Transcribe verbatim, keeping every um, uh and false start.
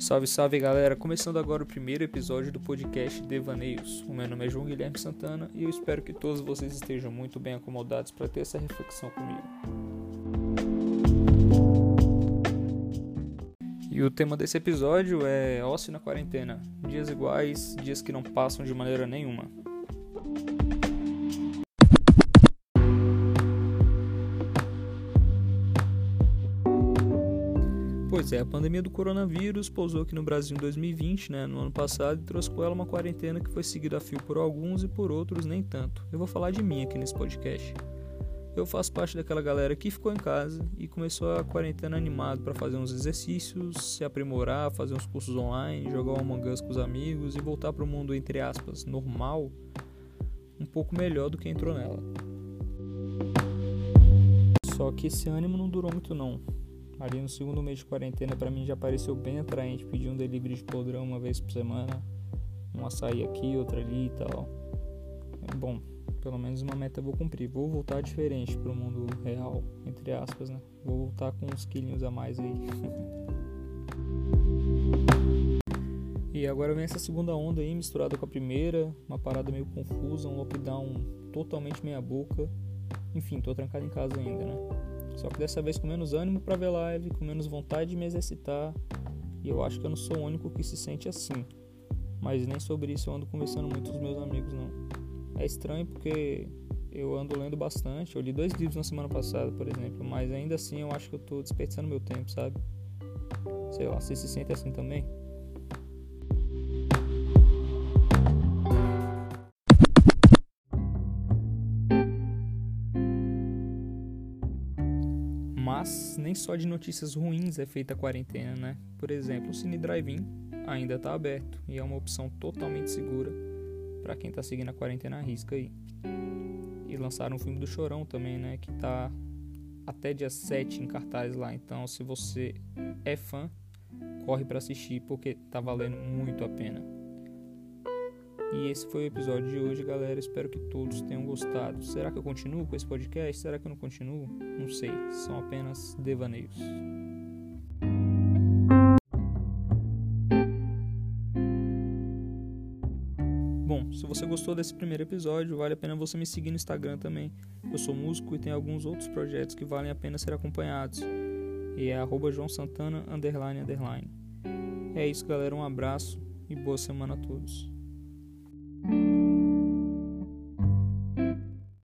Salve, salve galera, começando agora o primeiro episódio do podcast Devaneios. O meu nome é João Guilherme Santana e eu espero que todos vocês estejam muito bem acomodados para ter essa reflexão comigo. E o tema desse episódio é ócio na quarentena, dias iguais, dias que não passam de maneira nenhuma. Pois é, a pandemia do coronavírus pousou aqui no Brasil em dois mil e vinte, né, no ano passado, e trouxe com ela uma quarentena que foi seguida a fio por alguns e por outros nem tanto. Eu vou falar de mim aqui nesse podcast. Eu faço parte daquela galera que ficou em casa e começou a quarentena animado para fazer uns exercícios, se aprimorar, fazer uns cursos online, jogar um Among Us com os amigos e voltar para o mundo, entre aspas, normal, um pouco melhor do que entrou nela. Só que esse ânimo não durou muito não. Ali no segundo mês de quarentena, pra mim já pareceu bem atraente pedir um delivery de podrão uma vez por semana, um açaí aqui, outro ali e tal. É bom, pelo menos uma meta eu vou cumprir. Vou voltar diferente pro mundo real, entre aspas, né? Vou voltar com uns quilinhos a mais aí. E agora vem essa segunda onda aí, misturada com a primeira, uma parada meio confusa, um lockdown totalmente meia boca. Enfim, tô trancado em casa ainda, né? Só que dessa vez com menos ânimo pra ver live, com menos vontade de me exercitar. E eu acho que eu não sou o único que se sente assim. Mas nem sobre isso eu ando conversando muito com os meus amigos, não. É estranho porque eu ando lendo bastante. Eu li dois livros na semana passada, por exemplo. Mas ainda assim eu acho que eu tô desperdiçando meu tempo, sabe? Sei lá, você se sente assim também? Mas nem só de notícias ruins é feita a quarentena, né? Por exemplo, o Cine Drive-In ainda está aberto e é uma opção totalmente segura para quem está seguindo a quarentena à risca aí. E lançaram o filme do Chorão também, né? Que tá até dia sete em cartaz lá. Então, se você é fã, corre para assistir porque tá valendo muito a pena. E esse foi o episódio de hoje, galera. Espero que todos tenham gostado. Será que eu continuo com esse podcast? Será que eu não continuo? Não sei. São apenas devaneios. Bom, se você gostou desse primeiro episódio, vale a pena você me seguir no Instagram também. Eu sou músico e tenho alguns outros projetos que valem a pena ser acompanhados. E é arroba João Santana, underline, underline. É isso, galera. Um abraço e boa semana a todos.